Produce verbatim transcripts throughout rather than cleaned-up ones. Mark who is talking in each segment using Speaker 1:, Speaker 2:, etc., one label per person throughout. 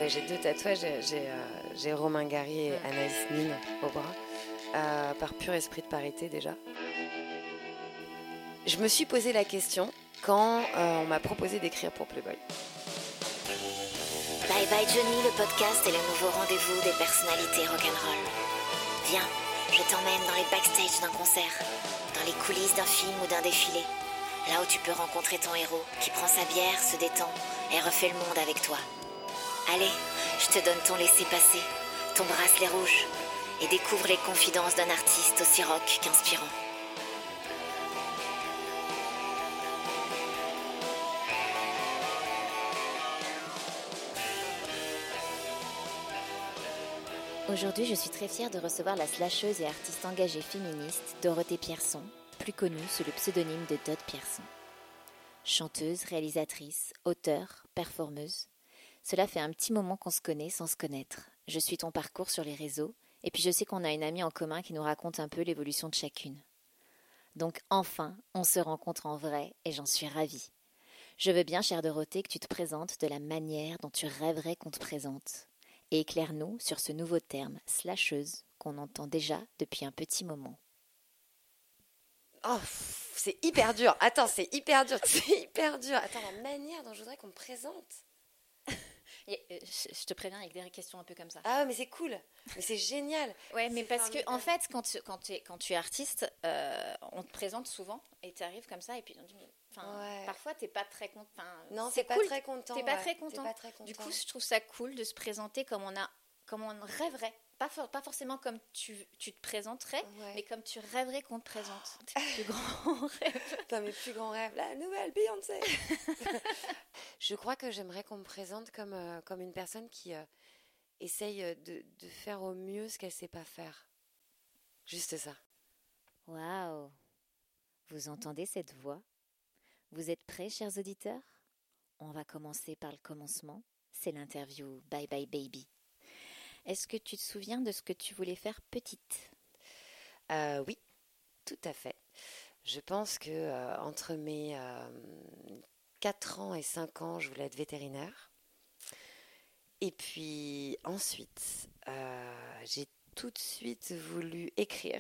Speaker 1: Ben, j'ai deux tatouages, j'ai, j'ai, euh, j'ai Romain Gary et Anaïs Nin au bras, euh, par pur esprit de parité déjà. Je me suis posé la question quand euh, on m'a proposé d'écrire pour Playboy.
Speaker 2: Bye Bye Johnny, le podcast est le nouveau rendez-vous des personnalités rock'n'roll. Viens, je t'emmène dans les backstage d'un concert, dans les coulisses d'un film ou d'un défilé, là où tu peux rencontrer ton héros qui prend sa bière, se détend et refait le monde avec toi. Allez, je te donne ton laissez-passer, ton bracelet rouge, et découvre les confidences d'un artiste aussi rock qu'inspirant. Aujourd'hui, je suis très fière de recevoir la slasheuse et artiste engagée féministe Dorothée Pierson, plus connue sous le pseudonyme de Dot Pierson. Chanteuse, réalisatrice, auteure, performeuse. Cela fait un petit moment qu'on se connaît sans se connaître. Je suis ton parcours sur les réseaux, et puis je sais qu'on a une amie en commun qui nous raconte un peu l'évolution de chacune. Donc enfin, on se rencontre en vrai, et j'en suis ravie. Je veux bien, chère Dorothée, que tu te présentes de la manière dont tu rêverais qu'on te présente. Et éclaire-nous sur ce nouveau terme, slasheuse, qu'on entend déjà depuis un petit moment.
Speaker 1: Oh, c'est hyper dur. Attends, c'est hyper dur. C'est hyper dur. Attends, la manière dont je voudrais qu'on me présente.
Speaker 3: Et, euh, je, je te préviens avec des questions un peu comme ça.
Speaker 1: Ah, mais c'est cool. Mais c'est génial.
Speaker 3: Ouais, mais
Speaker 1: c'est
Speaker 3: parce que,
Speaker 1: formidable.
Speaker 3: en fait, quand tu, quand tu, es, quand tu es artiste, euh, on te présente souvent et tu arrives comme ça et puis on dit, enfin,
Speaker 1: Ouais.
Speaker 3: parfois t'es pas très content.
Speaker 1: Non,
Speaker 3: c'est
Speaker 1: t'es pas
Speaker 3: cool.
Speaker 1: très content.
Speaker 3: T'es pas,
Speaker 1: ouais.
Speaker 3: très content.
Speaker 1: T'es pas très content.
Speaker 3: Du coup, je trouve ça cool de se présenter comme on a, comme on rêverait. Pas, for, pas forcément comme tu, tu te présenterais,
Speaker 1: ouais.
Speaker 3: mais comme tu rêverais qu'on te présente. Tes plus grands rêves.
Speaker 1: Putain, mes plus grands rêves, la nouvelle Beyoncé. Je crois que j'aimerais qu'on me présente comme, euh, comme une personne qui euh, essaye de, de faire au mieux ce qu'elle sait pas faire. Juste ça.
Speaker 2: Waouh! Vous entendez cette voix? Vous êtes prêts, chers auditeurs? On va commencer par le commencement. C'est l'interview Bye Bye Baby. Est-ce que tu te souviens de ce que tu voulais faire petite?
Speaker 1: euh, Oui, tout à fait. Je pense que euh, entre mes euh, quatre ans et cinq ans, je voulais être vétérinaire. Et puis ensuite, euh, j'ai tout de suite voulu écrire.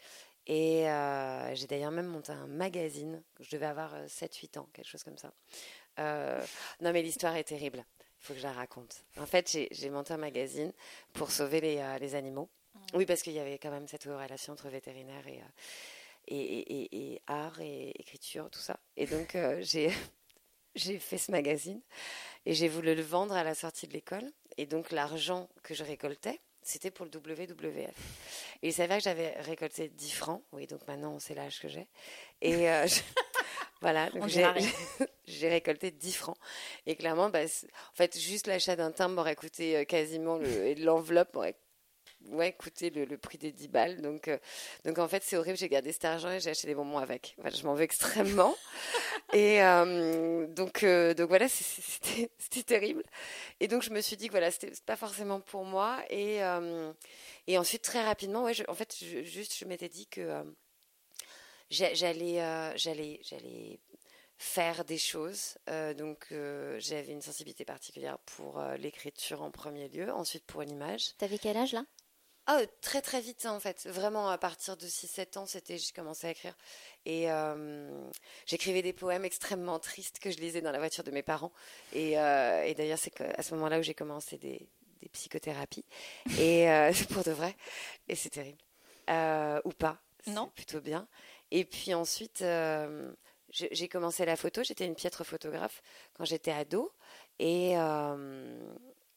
Speaker 1: Et euh, j'ai d'ailleurs même monté un magazine. Je devais avoir sept huit ans, quelque chose comme ça. Euh, non, mais l'histoire est terrible. Il faut que je la raconte. En fait, j'ai, j'ai monté un magazine pour sauver les, euh, les animaux. Mmh. Oui, parce qu'il y avait quand même cette relation entre vétérinaire et, euh, et, et, et, et art et écriture, tout ça. Et donc, euh, j'ai, j'ai fait ce magazine et j'ai voulu le vendre à la sortie de l'école. Et donc, l'argent que je récoltais, c'était pour le W W F. Et il s'avère que j'avais récolté dix francs. Oui, donc maintenant, c'est l'âge que j'ai. Et euh, je... voilà, donc j'ai, j'ai récolté dix francs. Et clairement, bah, en fait, juste l'achat d'un timbre m'aurait coûté quasiment, le, et l'enveloppe m'aurait ouais, coûté le, le prix des dix balles. Donc, euh, donc en fait, c'est horrible, j'ai gardé cet argent et j'ai acheté des bonbons avec. Voilà, je m'en veux extrêmement. et euh, donc, euh, donc voilà, c'était, c'était terrible. Et donc, je me suis dit que voilà, c'était pas forcément pour moi. Et, euh, et ensuite, très rapidement, ouais, je, en fait, je, juste, je m'étais dit que euh, j'allais, euh, j'allais, j'allais faire des choses. Euh, donc, euh, j'avais une sensibilité particulière pour euh, l'écriture en premier lieu, ensuite pour l'image.
Speaker 2: T'avais quel âge là?
Speaker 1: Ah, très très vite en fait, vraiment à partir de six sept ans, c'était, j'ai commencé à écrire et euh, j'écrivais des poèmes extrêmement tristes que je lisais dans la voiture de mes parents et, euh, et d'ailleurs c'est à ce moment-là où j'ai commencé des, des psychothérapies et euh, pour de vrai et c'est terrible euh, ou pas, c'est
Speaker 3: non.
Speaker 1: plutôt bien et puis ensuite euh, j'ai commencé la photo, j'étais une piètre photographe quand j'étais ado et, euh,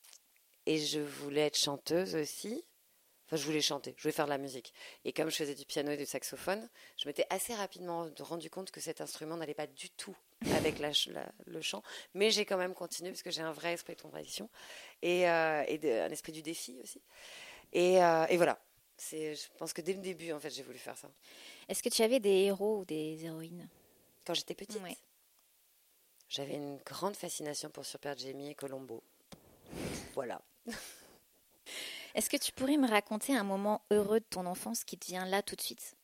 Speaker 1: et je voulais être chanteuse aussi. Enfin, je voulais chanter, je voulais faire de la musique. Et comme je faisais du piano et du saxophone, je m'étais assez rapidement rendu compte que cet instrument n'allait pas du tout avec la, la, le chant. Mais j'ai quand même continué parce que j'ai un vrai esprit de contradiction et, euh, et de, un esprit du défi aussi. Et, euh, et voilà. C'est, je pense que dès le début, en fait, j'ai voulu faire ça.
Speaker 2: Est-ce que tu avais des héros ou des héroïnes?
Speaker 1: Quand j'étais petite,
Speaker 2: ouais.
Speaker 1: J'avais une grande fascination pour Super Jamie et Colombo. Voilà.
Speaker 2: Est-ce que tu pourrais me raconter un moment heureux de ton enfance qui te vient là tout de suite?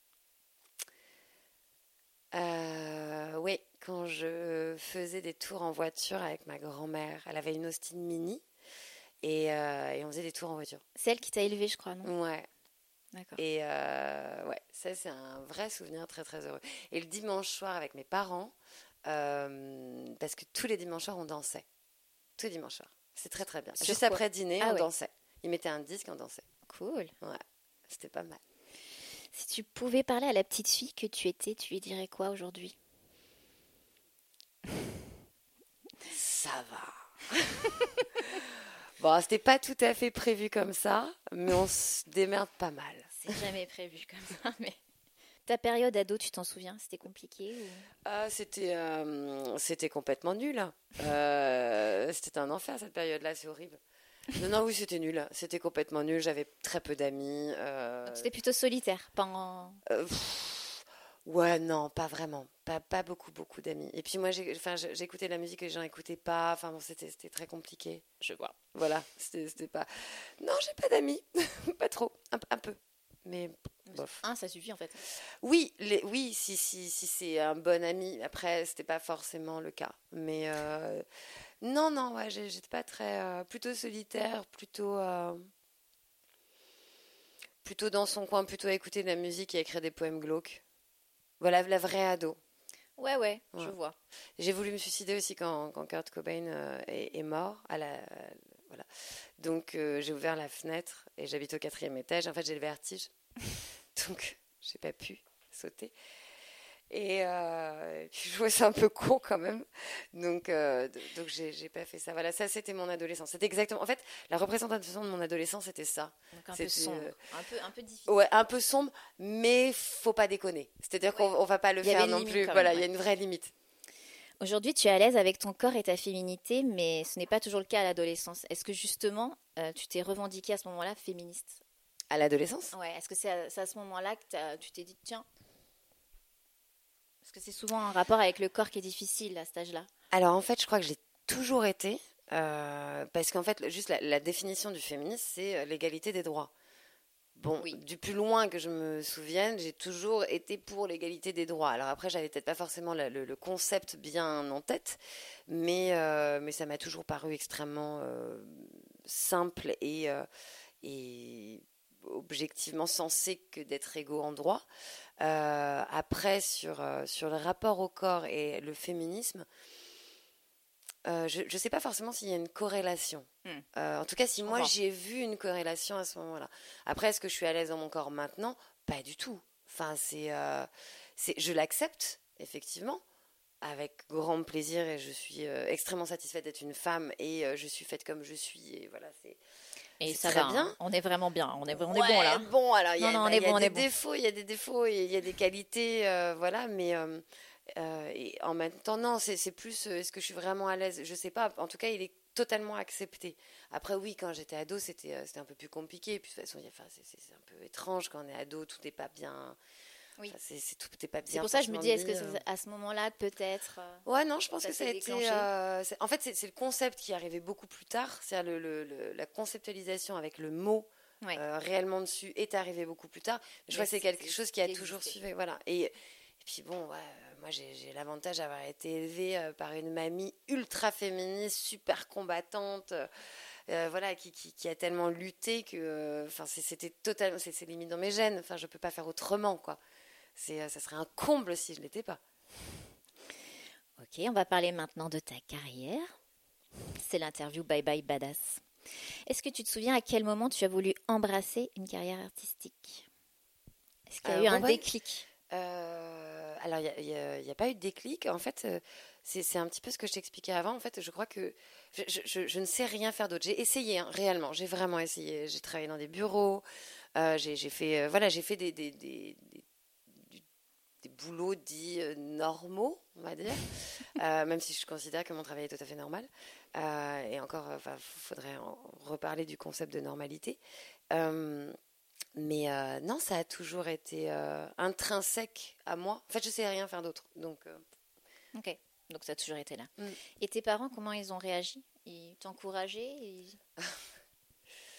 Speaker 1: euh, Oui, quand je faisais des tours en voiture avec ma grand-mère. Elle avait une Austin Mini Et, euh, et on faisait des tours en voiture.
Speaker 3: C'est elle qui t'a élevée, je crois, non?
Speaker 1: Ouais.
Speaker 3: D'accord.
Speaker 1: Et euh, ouais, ça c'est un vrai souvenir très très heureux. Et le dimanche soir avec mes parents, euh, parce que tous les dimanches soirs on dansait. Tous les dimanches soirs. C'est très très bien.
Speaker 3: Sur
Speaker 1: Juste
Speaker 3: quoi?
Speaker 1: après dîner,
Speaker 3: Ah
Speaker 1: on
Speaker 3: ouais.
Speaker 1: dansait. Ils mettaient un disque et on dansait.
Speaker 3: Cool.
Speaker 1: Ouais, c'était pas mal.
Speaker 3: Si tu pouvais parler à la petite fille que tu étais, tu lui dirais quoi aujourd'hui?
Speaker 1: Ça va. Bon, c'était pas tout à fait prévu comme ça, mais on se démerde pas mal.
Speaker 3: C'est jamais prévu comme ça, mais... Ta période ado, tu t'en souviens? C'était compliqué ou...
Speaker 1: Ah, c'était, euh, c'était complètement nul. Euh, c'était un enfer cette période-là, c'est horrible. Non, non, oui, c'était nul. C'était complètement nul. J'avais très peu d'amis. Euh...
Speaker 3: Donc, c'était plutôt solitaire pendant...
Speaker 1: euh, pff, ouais, non, pas vraiment. Pas, pas beaucoup, beaucoup d'amis. Et puis moi, j'ai, enfin, j'ai- j'écoutais de la musique que les gens n'écoutaient pas. Enfin, bon, c'était, c'était très compliqué.
Speaker 3: Je vois.
Speaker 1: Voilà, c'était, c'était pas. Non, j'ai pas d'amis. Pas trop. Un, un peu. Mais bof.
Speaker 3: Un, ça suffit en fait.
Speaker 1: Oui, les, oui, si, si, si c'est un bon ami. Après, c'était pas forcément le cas. Mais euh, non, non, ouais, j'ai- j'étais pas très. Euh, plutôt solitaire, plutôt. euh, plutôt dans son coin, plutôt à écouter de la musique et à écrire des poèmes glauques. Voilà, la vraie ado.
Speaker 3: Ouais, ouais, je
Speaker 1: Ouais.
Speaker 3: vois.
Speaker 1: J'ai voulu me suicider aussi quand, quand Kurt Cobain euh, est, est mort. À la, voilà. Donc, euh, j'ai ouvert la fenêtre et j'habite au quatrième étage. En fait, j'ai le vertige. Donc, j'ai pas pu sauter. Et euh, puis, je trouvais ça un peu con quand même. Donc, euh, d- donc j'ai j'ai pas fait ça. Voilà, ça, c'était mon adolescence. C'était exactement. En fait, la représentation de mon adolescence, c'était ça.
Speaker 3: Donc un peu
Speaker 1: C'était,
Speaker 3: sombre,
Speaker 1: euh,
Speaker 3: un peu, un peu difficile.
Speaker 1: Ouais, un peu sombre, mais faut pas déconner. C'est-à-dire qu'on
Speaker 3: Ouais.
Speaker 1: on va pas le
Speaker 3: Il y avait
Speaker 1: faire
Speaker 3: une
Speaker 1: non
Speaker 3: limite
Speaker 1: plus.
Speaker 3: quand
Speaker 1: Voilà,
Speaker 3: même,
Speaker 1: il y a
Speaker 3: ouais.
Speaker 1: une vraie limite.
Speaker 3: Aujourd'hui, tu es à l'aise avec ton corps et ta féminité, mais ce n'est pas toujours le cas à l'adolescence. Est-ce que justement, euh, tu t'es revendiquée à ce moment-là féministe?
Speaker 1: À l'adolescence?
Speaker 3: Ouais, est-ce que c'est à, c'est à ce moment-là que t'as- tu t'es dit, tiens, parce que c'est souvent un rapport avec le corps qui est difficile à cet âge-là.
Speaker 1: Alors en fait, je crois que j'ai toujours été, euh, parce qu'en fait, le- juste la, la définition du féminisme, c'est euh, l'égalité des droits. Bon,
Speaker 3: Oui.
Speaker 1: du plus loin que je me souvienne, j'ai toujours été pour l'égalité des droits. Alors après, j'avais peut-être pas forcément la- le, le concept bien en tête, mais, euh, mais ça m'a toujours paru extrêmement euh, simple et, euh, et objectivement sensé que d'être égaux en droit. Euh, après, sur, euh, sur le rapport au corps et le féminisme, euh, je ne sais pas forcément s'il y a une corrélation.
Speaker 3: Hmm.
Speaker 1: Euh, en tout cas, si
Speaker 3: Je
Speaker 1: moi
Speaker 3: comprends.
Speaker 1: j'ai vu une corrélation à ce moment-là. Après, est-ce que je suis à l'aise dans mon corps maintenant? Pas du tout. Enfin, c'est, euh, c'est, je l'accepte, effectivement, avec grand plaisir et je suis euh, extrêmement satisfaite d'être une femme et euh, je suis faite comme je suis. Et voilà, c'est,
Speaker 3: Et
Speaker 1: c'est
Speaker 3: ça
Speaker 1: très
Speaker 3: va,
Speaker 1: bien.
Speaker 3: hein. On est vraiment bien, on est, on est
Speaker 1: Ouais,
Speaker 3: bon là.
Speaker 1: bon, alors il y
Speaker 3: Non,
Speaker 1: a,
Speaker 3: non, on
Speaker 1: bah,
Speaker 3: est
Speaker 1: il y a
Speaker 3: bon, on
Speaker 1: des
Speaker 3: est bon.
Speaker 1: défauts, il y a des défauts, et il y a des qualités, euh, voilà, mais euh, euh, et en même temps, non, c'est c'est plus, euh, est-ce que je suis vraiment à l'aise? Je sais pas, en tout cas, il est totalement accepté. Après, oui, quand j'étais ado, c'était euh, c'était un peu plus compliqué, puis de toute façon, il y a- enfin, c'est c'est- c'est un peu étrange quand on est ado, tout n'est pas bien,
Speaker 3: Oui.
Speaker 1: enfin, c'est c'est- tout n'est pas
Speaker 3: C'est
Speaker 1: bien
Speaker 3: pour ça que je me
Speaker 1: forcément
Speaker 3: dis, est-ce que
Speaker 1: dit,
Speaker 3: c'est
Speaker 1: euh.
Speaker 3: à ce moment-là, peut-être, euh,
Speaker 1: Ouais, non, je pense
Speaker 3: ça
Speaker 1: que ça a
Speaker 3: s'est
Speaker 1: été.
Speaker 3: déclenché?
Speaker 1: euh, c'est- en fait, c'est c'est le concept qui est arrivé beaucoup plus tard. C'est-à-dire le, le- le- la conceptualisation avec le mot
Speaker 3: Ouais.
Speaker 1: euh, réellement dessus est arrivé beaucoup plus tard. Je
Speaker 3: Mais
Speaker 1: crois que c'est
Speaker 3: c'était-
Speaker 1: quelque chose qui a
Speaker 3: qui
Speaker 1: toujours
Speaker 3: existait.
Speaker 1: suivi. Voilà. Et, et puis bon, ouais, euh, moi j'ai j'ai l'avantage d'avoir été élevée euh, par une mamie ultra féministe, super combattante. euh, euh, voilà, qui, qui- qui a tellement lutté que, euh, enfin, c'est- c'était totalement, c'est c'est limite dans mes gènes. Enfin, je peux pas faire autrement, quoi. C'est, euh, ça serait un comble si je l'étais pas.
Speaker 3: Ok, on va parler maintenant de ta carrière. C'est l'interview Bye Bye Badass. Est-ce que tu te souviens à quel moment tu as voulu embrasser une carrière artistique? Est-ce qu'il y a
Speaker 1: Euh,
Speaker 3: eu
Speaker 1: ouais,
Speaker 3: un
Speaker 1: ouais.
Speaker 3: déclic?
Speaker 1: Euh, alors, il n'y a, y a- y a pas eu de déclic. En fait, euh, c'est c'est un petit peu ce que je t'expliquais avant. En fait, je crois que je, je- je- je ne sais rien faire d'autre. J'ai essayé, hein, réellement. J'ai vraiment essayé. J'ai travaillé dans des bureaux. euh, j'ai j'ai fait, euh, voilà, j'ai fait des, des, des, des- du- des boulots dits euh, normaux, on va dire. Euh, même si je considère que mon travail est tout à fait normal. Euh, et encore, il faudrait en reparler du concept de normalité. Euh, mais euh, non, ça a toujours été euh, intrinsèque à moi. En fait, je sais rien faire d'autre. Donc, euh,
Speaker 3: Ok, donc ça a toujours été là.
Speaker 1: Mm.
Speaker 3: Et tes parents, comment ils ont réagi? Ils t'encourageaient? Ils...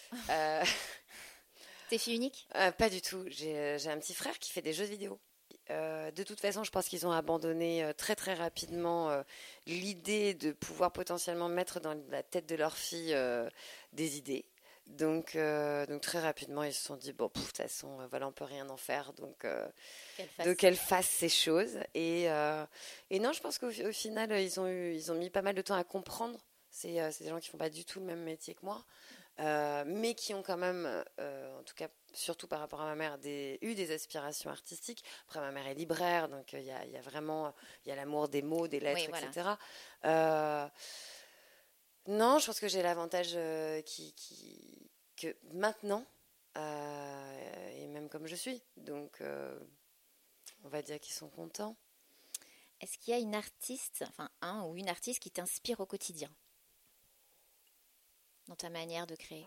Speaker 1: euh,
Speaker 3: T'es fille unique?
Speaker 1: euh, pas du tout. J'ai euh, j'ai un petit frère qui fait des jeux vidéo. euh, de toute façon, je pense qu'ils ont abandonné euh, très très rapidement euh, l'idée de pouvoir potentiellement mettre dans la tête de leur fille euh, des idées. Donc, euh, donc très rapidement, ils se sont dit bon, de toute façon, euh, voilà, on peut rien en faire, donc euh,
Speaker 3: Qu'elle fasse.
Speaker 1: donc qu'elle fasse ces choses. Et, euh, et non, je pense qu'au au final, ils ont eu, ils ont mis pas mal de temps à comprendre. C'est, euh, c'est des gens qui font pas du tout le même métier que moi, euh, mais qui ont quand même, euh, en tout cas, surtout par rapport à ma mère, des, eu des aspirations artistiques. Après, ma mère est libraire, donc il euh, y, a, y a vraiment, il y a l'amour des mots, des lettres,
Speaker 3: Oui, voilà.
Speaker 1: et cetera. Euh, non, je pense que j'ai l'avantage euh, qui, qui, que maintenant, euh, et même comme je suis, donc euh, on va dire qu'ils sont contents.
Speaker 3: Est-ce qu'il y a une artiste, enfin un ou une artiste qui t'inspire au quotidien dans ta manière de créer?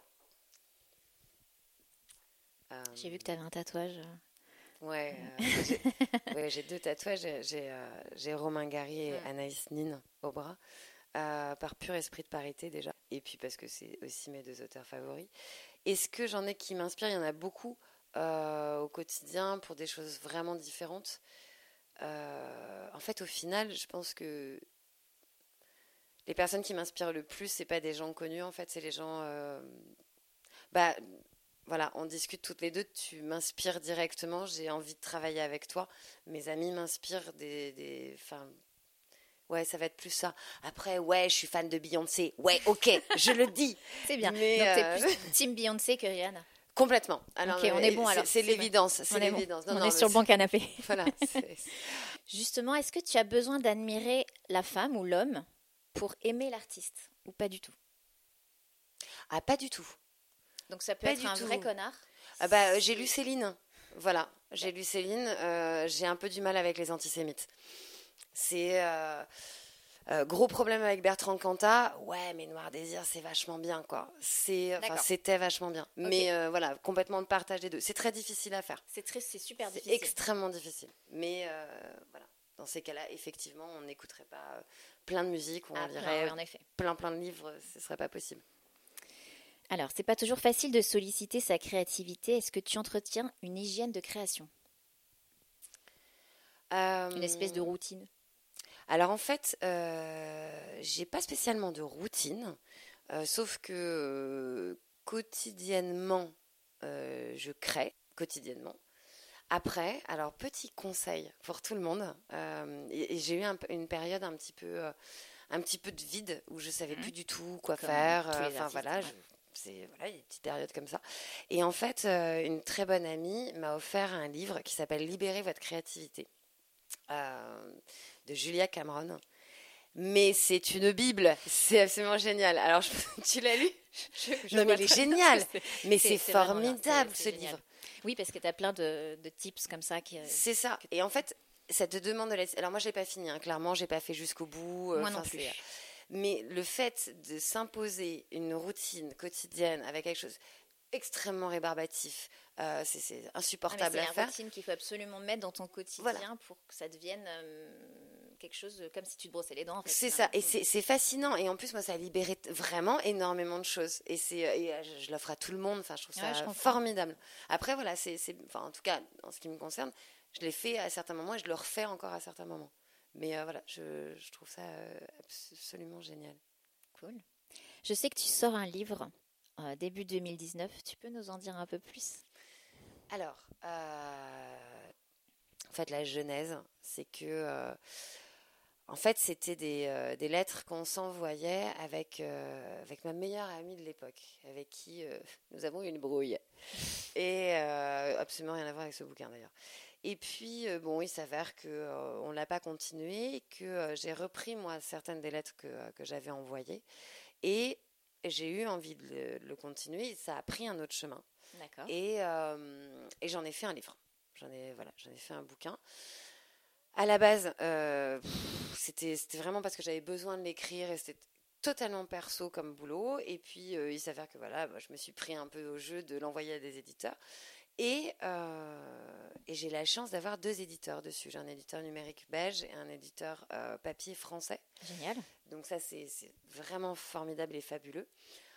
Speaker 1: Euh,
Speaker 3: J'ai vu que tu avais un tatouage.
Speaker 1: Ouais, euh, j'ai, ouais, j'ai deux tatouages. J'ai, j'ai, euh, j'ai Romain Gary et
Speaker 3: Mm.
Speaker 1: Anaïs Nin au bras, euh, par pur esprit de parité déjà, et puis parce que c'est aussi mes deux auteurs favoris. Est-ce que j'en ai qui m'inspirent? Il y en a beaucoup euh, au quotidien pour des choses vraiment différentes. Euh, en fait, au final, je pense que les personnes qui m'inspirent le plus, c'est pas des gens connus, en fait, c'est les gens. Euh, bah, voilà, on discute toutes les deux, tu m'inspires directement, j'ai envie de travailler avec toi. Mes amis m'inspirent des. des enfin, ouais, ça va être plus ça. Après, ouais, je suis fan de Beyoncé. Ouais, ok, je le dis.
Speaker 3: C'est bien.
Speaker 1: Mais,
Speaker 3: Donc, tu es
Speaker 1: euh,
Speaker 3: plus team Beyoncé que Rihanna.
Speaker 1: Complètement. Alors,
Speaker 3: Ok, on est bon
Speaker 1: c'est,
Speaker 3: alors.
Speaker 1: c'est
Speaker 3: C'est
Speaker 1: l'évidence.
Speaker 3: bon.
Speaker 1: C'est
Speaker 3: On est bon.
Speaker 1: l'évidence. Non,
Speaker 3: On
Speaker 1: non,
Speaker 3: est
Speaker 1: mais
Speaker 3: sur le bon
Speaker 1: c'est-
Speaker 3: canapé.
Speaker 1: Voilà. c'est- c'est-
Speaker 3: Justement, est-ce que tu as besoin d'admirer la femme ou l'homme pour aimer l'artiste ou pas du tout?
Speaker 1: Ah, pas du tout.
Speaker 3: Donc ça peut
Speaker 1: Pas
Speaker 3: être
Speaker 1: du
Speaker 3: un
Speaker 1: tout.
Speaker 3: vrai connard.
Speaker 1: Ah bah, euh, j'ai lu Céline. Voilà, j'ai lu Céline. euh, j'ai un peu du mal avec les antisémites. C'est euh, euh, gros problème avec Bertrand Cantat. Ouais, mais Noir Désir, c'est vachement bien, quoi. C'est, enfin,
Speaker 3: D'accord.
Speaker 1: c'était vachement bien. Mais euh, voilà, complètement le partage des deux. C'est très difficile à faire.
Speaker 3: C'est très, c'est super
Speaker 1: C'est
Speaker 3: difficile.
Speaker 1: extrêmement difficile. Mais euh, voilà, dans ces cas-là, effectivement, on n'écouterait pas euh, plein de musique, ou on
Speaker 3: Ah, plein,
Speaker 1: lirait
Speaker 3: oui, en effet.
Speaker 1: plein, plein de livres. Ce serait pas possible.
Speaker 3: Alors, c'est pas toujours facile de solliciter sa créativité. Est-ce que tu entretiens une hygiène de création?
Speaker 1: Euh,
Speaker 3: Une espèce de routine?
Speaker 1: Alors en fait, euh, j'ai pas spécialement de routine, euh, sauf que euh, quotidiennement, euh, je crée quotidiennement. Après, alors petit conseil pour tout le monde, euh, et, et j'ai eu un p- une période un petit peu, euh, un petit peu de vide où je savais
Speaker 3: Mhm.
Speaker 1: plus du tout quoi
Speaker 3: Comme
Speaker 1: faire.
Speaker 3: tous
Speaker 1: euh,
Speaker 3: les
Speaker 1: Enfin
Speaker 3: artistes,
Speaker 1: voilà,
Speaker 3: ouais.
Speaker 1: je- c'est voilà, il y a des petites périodes comme ça. Et en fait, euh, une très bonne amie m'a offert un livre qui s'appelle Libérez votre créativité, euh, de Julia Cameron. Mais c'est une bible, c'est absolument génial. Alors, je- tu l'as lu?
Speaker 3: Je- je
Speaker 1: Non, mais
Speaker 3: vois
Speaker 1: il est
Speaker 3: très bien
Speaker 1: génial.
Speaker 3: ce que c'est.
Speaker 1: Mais
Speaker 3: C'est-
Speaker 1: c'est
Speaker 3: c'est vraiment bien,
Speaker 1: formidable,
Speaker 3: c'est-
Speaker 1: ce
Speaker 3: c'est génial.
Speaker 1: livre.
Speaker 3: Oui, parce que tu as plein de, de tips comme ça qui. euh,
Speaker 1: C'est ça. Et en fait, ça te demande de laisser. Alors, moi, je l'ai pas fini, hein. Clairement, j'ai pas fait jusqu'au bout. euh,
Speaker 3: Moi non
Speaker 1: enfin,
Speaker 3: plus.
Speaker 1: c'est- Mais le fait de s'imposer une routine quotidienne avec quelque chose extrêmement rébarbatif, euh, c'est, c'est
Speaker 3: Ah, mais
Speaker 1: insupportable
Speaker 3: c'est
Speaker 1: à
Speaker 3: la
Speaker 1: faire.
Speaker 3: routine qu'il faut absolument mettre dans ton quotidien
Speaker 1: Voilà.
Speaker 3: pour que ça devienne euh, quelque chose de- comme si tu te brossais les dents. En fait.
Speaker 1: C'est
Speaker 3: Enfin,
Speaker 1: ça, et c'est, c'est fascinant. Et en plus, moi, ça a libéré t- vraiment énormément de choses. Et, c'est, et euh, je, je l'offre à tout le monde. Enfin, je trouve
Speaker 3: Ouais, je
Speaker 1: ça
Speaker 3: comprends.
Speaker 1: formidable. Après, voilà, c'est, c'est, enfin, en tout cas, en ce qui me concerne, je l'ai fait à certains moments et je le refais encore à certains moments. Mais euh, voilà, je, je trouve ça euh, absolument génial.
Speaker 3: Cool. Je sais que tu sors un livre euh, début deux mille dix-neuf. Tu peux nous en dire un peu plus?
Speaker 1: Alors, euh, en fait, la genèse, c'est que, euh, en fait, c'était des, euh, des lettres qu'on s'envoyait avec, euh, avec ma meilleure amie de l'époque, avec qui euh, nous avons eu une brouille. Et euh, absolument rien à voir avec ce bouquin d'ailleurs. Et puis, euh, bon, il s'avère qu'on euh, ne l'a pas continué, que euh, j'ai repris, moi, certaines des lettres que, euh, que j'avais envoyées. Et j'ai eu envie de le, de le continuer. Ça a pris un autre chemin.
Speaker 3: D'accord.
Speaker 1: Et, euh, et j'en ai fait un livre. J'en ai, voilà, j'en ai fait un bouquin. À la base, euh, pff, c'était, c'était vraiment parce que j'avais besoin de l'écrire et c'était totalement perso comme boulot. Et puis, euh, il s'avère que voilà, bah, je me suis pris un peu au jeu de l'envoyer à des éditeurs. Et, euh, et j'ai la chance d'avoir deux éditeurs dessus. J'ai un éditeur numérique belge et un éditeur euh, papier français.
Speaker 3: Génial.
Speaker 1: Donc ça, c'est, c'est vraiment formidable et fabuleux.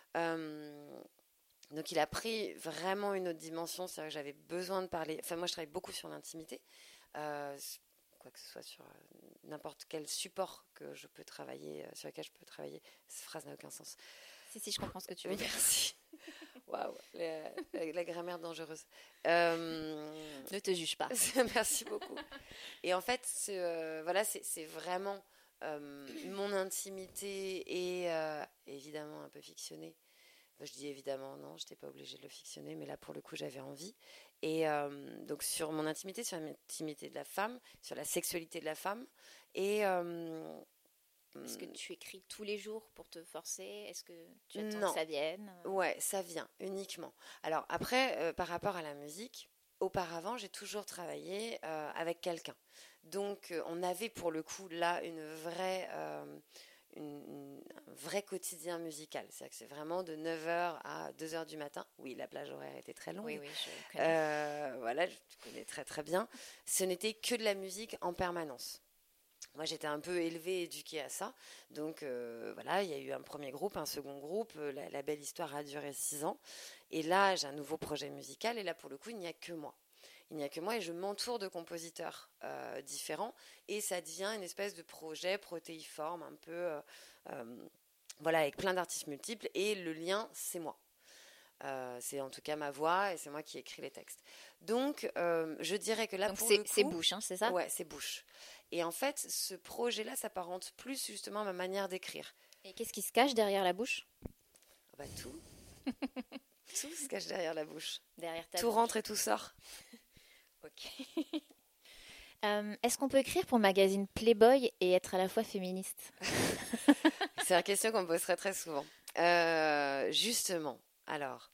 Speaker 1: Euh, donc il a pris vraiment une autre dimension. C'est-à-dire que j'avais besoin de parler... Enfin, moi, je travaille beaucoup sur l'intimité. euh, quoi que ce soit sur euh, n'importe quel support que je peux travailler, euh, sur lequel je peux travailler. Cette phrase n'a aucun sens.
Speaker 3: Si, si, je comprends ce que tu veux dire.
Speaker 1: Merci. Waouh, la, la, la grammaire dangereuse. Euh...
Speaker 3: Ne te juge pas.
Speaker 1: Merci beaucoup. Et en fait, c'est, euh, voilà, c'est, c'est vraiment euh, mon intimité et euh, évidemment un peu fictionnée. Enfin, je dis évidemment, non, je n'étais pas obligée de le fictionner, mais là, pour le coup, j'avais envie. Et euh, donc, sur mon intimité, sur l'intimité de la femme, sur la sexualité de la femme. Et... Euh,
Speaker 3: Est-ce que tu écris tous les jours pour te forcer? Est-ce que tu attends
Speaker 1: non.
Speaker 3: que ça vienne?
Speaker 1: Ouais, ça vient uniquement. Alors après, euh, par rapport à la musique, auparavant, j'ai toujours travaillé euh, avec quelqu'un. Donc, euh, on avait pour le coup là une vraie, euh, une, une, un vrai quotidien musical. C'est-à-dire que c'est vraiment de neuf heures à deux heures du matin. Oui, la plage horaire était très longue.
Speaker 3: Oui, oui, je connais.
Speaker 1: Euh, voilà, je connais très très bien. Ce n'était que de la musique en permanence. Moi, j'étais un peu élevée, éduquée à ça. Donc, euh, voilà, il y a eu un premier groupe, un second groupe. La, la belle histoire a duré six ans. Et là, j'ai un nouveau projet musical. Et là, pour le coup, il n'y a que moi. Il n'y a que moi et je m'entoure de compositeurs euh, différents. Et ça devient une espèce de projet protéiforme, un peu... Euh, euh, voilà, avec plein d'artistes multiples. Et le lien, c'est moi. Euh, c'est en tout cas ma voix et c'est moi qui écris les textes. Donc, euh, je dirais que là,
Speaker 3: Donc
Speaker 1: pour
Speaker 3: c'est,
Speaker 1: le coup...
Speaker 3: c'est bouche, hein, c'est ça?
Speaker 1: Ouais, c'est bouche. Et en fait, ce projet-là s'apparente plus justement à ma manière d'écrire.
Speaker 3: Et qu'est-ce qui se cache derrière la bouche?
Speaker 1: Bah, tout. Tout se cache derrière la bouche.
Speaker 3: Derrière ta
Speaker 1: tout
Speaker 3: bouche.
Speaker 1: rentre et tout sort.
Speaker 3: Ok. euh, est-ce qu'on peut écrire pour le magazine Playboy et être à la fois féministe?
Speaker 1: C'est une question qu'on me pose très très souvent. Euh, justement, alors,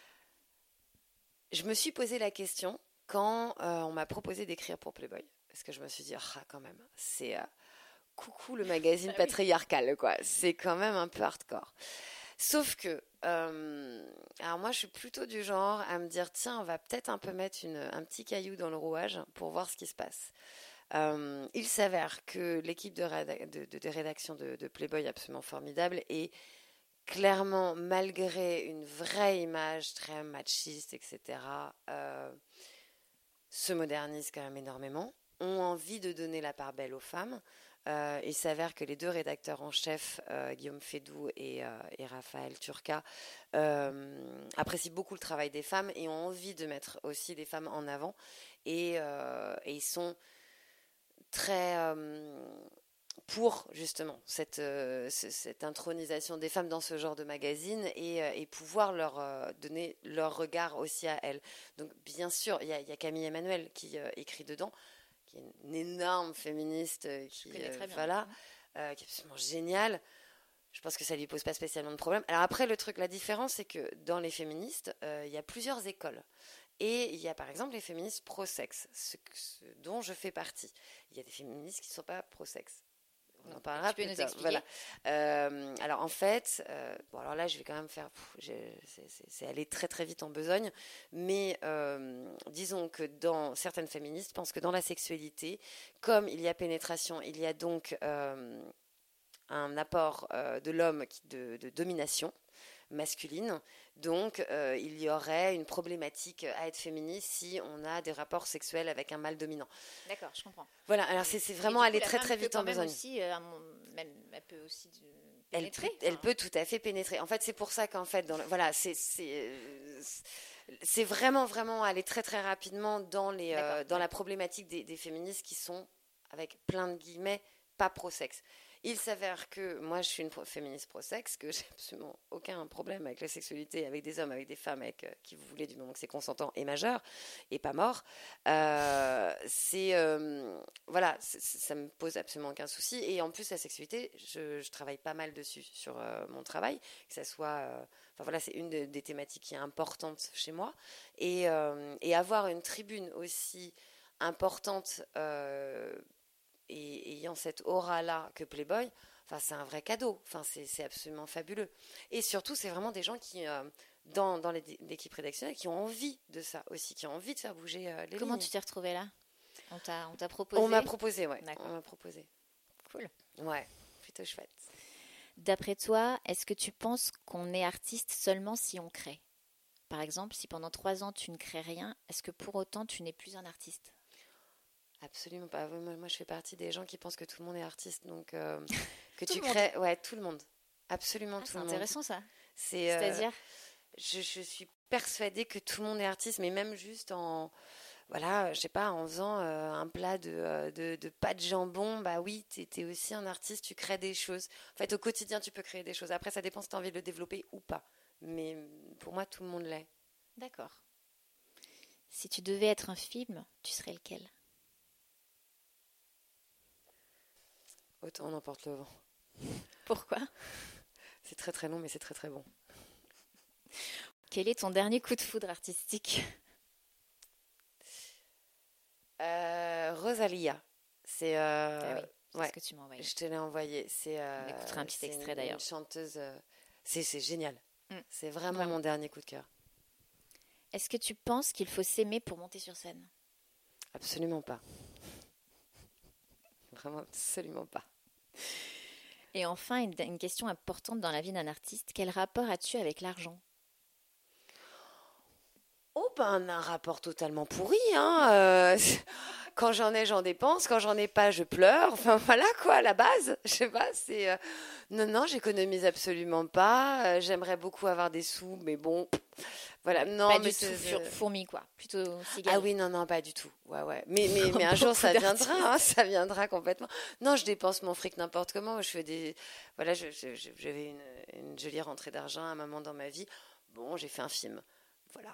Speaker 1: je me suis posé la question quand euh, on m'a proposé d'écrire pour Playboy. Parce que je me suis dit, ah, quand même, c'est euh, coucou le magazine patriarcal, quoi. C'est quand même un peu hardcore. Sauf que, euh, alors moi, je suis plutôt du genre à me dire, tiens, on va peut-être un peu mettre une, un petit caillou dans le rouage pour voir ce qui se passe. Euh, il s'avère que l'équipe de, réda- de, de, de rédaction de, de Playboy est absolument formidable et clairement, malgré une vraie image très machiste, et cetera, euh, se modernisent quand même énormément, ont envie de donner la part belle aux femmes. Euh, il s'avère que les deux rédacteurs en chef, euh, Guillaume Fédoux et, euh, et Raphaël Turca, euh, apprécient beaucoup le travail des femmes et ont envie de mettre aussi les femmes en avant. Et, euh, et ils sont très euh, pour justement cette, euh, cette intronisation des femmes dans ce genre de magazine et, euh, et pouvoir leur euh, donner leur regard aussi à elles. Donc bien sûr, il y, y a Camille Emmanuel qui euh, écrit dedans, qui est une énorme féministe, euh, qui, euh, voilà, euh, qui est absolument géniale. Je pense que ça lui pose pas spécialement de problème. Alors après, le truc, la différence, c'est que dans les féministes, euh, il y a plusieurs écoles. Et il y a par exemple les féministes pro-sexe, ce, ce dont je fais partie. Il y a des féministes qui ne sont pas pro-sexe. On en parlera
Speaker 3: tu peux
Speaker 1: plus
Speaker 3: nous expliquer?
Speaker 1: Voilà. Euh, alors en fait, euh, bon alors là je vais quand même faire, pff, c'est, c'est, c'est aller très très vite en besogne, mais euh, disons que dans certaines féministes pensent que dans la sexualité, comme il y a pénétration, il y a donc euh, un apport euh, de l'homme qui, de, de domination masculine. Donc, euh, il y aurait une problématique à être féministe si on a des rapports sexuels avec un mâle dominant.
Speaker 3: D'accord, je comprends.
Speaker 1: Voilà, alors c'est, c'est vraiment aller très très vite en besogne.
Speaker 3: Aussi, euh, même, elle peut aussi de... pénétrer.
Speaker 1: Elle peut, elle peut tout à fait pénétrer. En fait, c'est pour ça qu'en fait, dans le, voilà, c'est, c'est, c'est vraiment vraiment aller très très rapidement dans, les, euh, dans la problématique des, des féministes qui sont, avec plein de guillemets, pas pro-sexe. Il s'avère que moi, je suis une pro- féministe pro-sexe, que j'ai absolument aucun problème avec la sexualité, avec des hommes, avec des femmes, avec euh, qui vous voulez, du moment que c'est consentant et majeur, et pas mort. Euh, c'est, euh, voilà, c'est, ça me pose absolument aucun souci. Et en plus, la sexualité, je, je travaille pas mal dessus, sur euh, mon travail, que ça soit... Euh, enfin voilà, c'est une de, des thématiques qui est importante chez moi. Et, euh, et avoir une tribune aussi importante... Euh, et ayant cette aura-là que Playboy, enfin, c'est un vrai cadeau. Enfin, c'est, c'est absolument fabuleux. Et surtout, c'est vraiment des gens qui, euh, dans, dans les, l'équipe rédactionnelle, qui ont envie de ça aussi, qui ont envie de faire bouger euh, les
Speaker 3: Comment
Speaker 1: lignes.
Speaker 3: tu t'es retrouvée là? On t'a, on t'a proposé?
Speaker 1: On m'a proposé, ouais.
Speaker 3: D'accord.
Speaker 1: On m'a proposé.
Speaker 3: Cool.
Speaker 1: Ouais, plutôt chouette.
Speaker 3: D'après toi, est-ce que tu penses qu'on est artiste seulement si on crée? Par exemple, si pendant trois ans tu ne crées rien, est-ce que pour autant tu n'es plus un artiste?
Speaker 1: Absolument pas. Moi, moi, je fais partie des gens qui pensent que tout le monde est artiste, donc euh, que
Speaker 3: Tout
Speaker 1: tu
Speaker 3: le monde.
Speaker 1: crées, ouais, tout le monde, absolument
Speaker 3: Ah,
Speaker 1: tout
Speaker 3: c'est
Speaker 1: le monde.
Speaker 3: intéressant ça.
Speaker 1: C'est, euh,
Speaker 3: C'est-à-dire
Speaker 1: je, je suis persuadée que tout le monde est artiste, mais même juste en, voilà, je sais pas, en faisant euh, un plat de, euh, de, de pâte de jambon, bah oui, t'es, t'es aussi un artiste, tu crées des choses. En fait, au quotidien, tu peux créer des choses. Après, ça dépend si tu as envie de le développer ou pas. Mais pour moi, tout le monde l'est.
Speaker 3: D'accord. Si tu devais être un film, tu serais lequel?
Speaker 1: Autant on emporte le vent.
Speaker 3: Pourquoi?
Speaker 1: C'est très très long, mais c'est très très bon.
Speaker 3: Quel est ton dernier coup de foudre artistique?
Speaker 1: Euh, Rosalia. C'est. Euh,
Speaker 3: Ah oui, c'est
Speaker 1: ouais,
Speaker 3: ce que tu m'as envoyé.
Speaker 1: je te l'ai envoyé. C'est. Euh,
Speaker 3: On écoutera un petit
Speaker 1: c'est
Speaker 3: extrait
Speaker 1: une,
Speaker 3: d'ailleurs.
Speaker 1: Une chanteuse. euh, c'est, c'est génial.
Speaker 3: Mm.
Speaker 1: C'est vraiment,
Speaker 3: Vraiment.
Speaker 1: mon dernier coup de cœur.
Speaker 3: Est-ce que tu penses qu'il faut s'aimer pour monter sur scène?
Speaker 1: Absolument pas. Vraiment, absolument pas.
Speaker 3: Et enfin, une, une question importante dans la vie d'un artiste. Quel rapport as-tu avec l'argent?
Speaker 1: Oh, ben, un rapport totalement pourri, hein. euh, Quand j'en ai, j'en dépense. Quand j'en ai pas, je pleure. Enfin, voilà, quoi, à la base. Je sais pas, c'est... euh, Non, non, j'économise absolument pas. Euh, J'aimerais beaucoup avoir des sous, mais bon... Voilà, non,
Speaker 3: Pas
Speaker 1: mais
Speaker 3: du tout
Speaker 1: c'est...
Speaker 3: fur-
Speaker 1: c'est-
Speaker 3: fourmi, quoi. Plutôt cigale.
Speaker 1: Ah oui, non, non, pas du tout. Ouais, ouais. Mais, mais, mais un
Speaker 3: Beaucoup
Speaker 1: jour, ça
Speaker 3: d'artistes.
Speaker 1: viendra, hein, ça viendra complètement. Non, je dépense mon fric n'importe comment. Je fais des... Voilà, je- je- je- j'avais une, une jolie rentrée d'argent à un moment dans ma vie. Bon, j'ai fait un film. Voilà.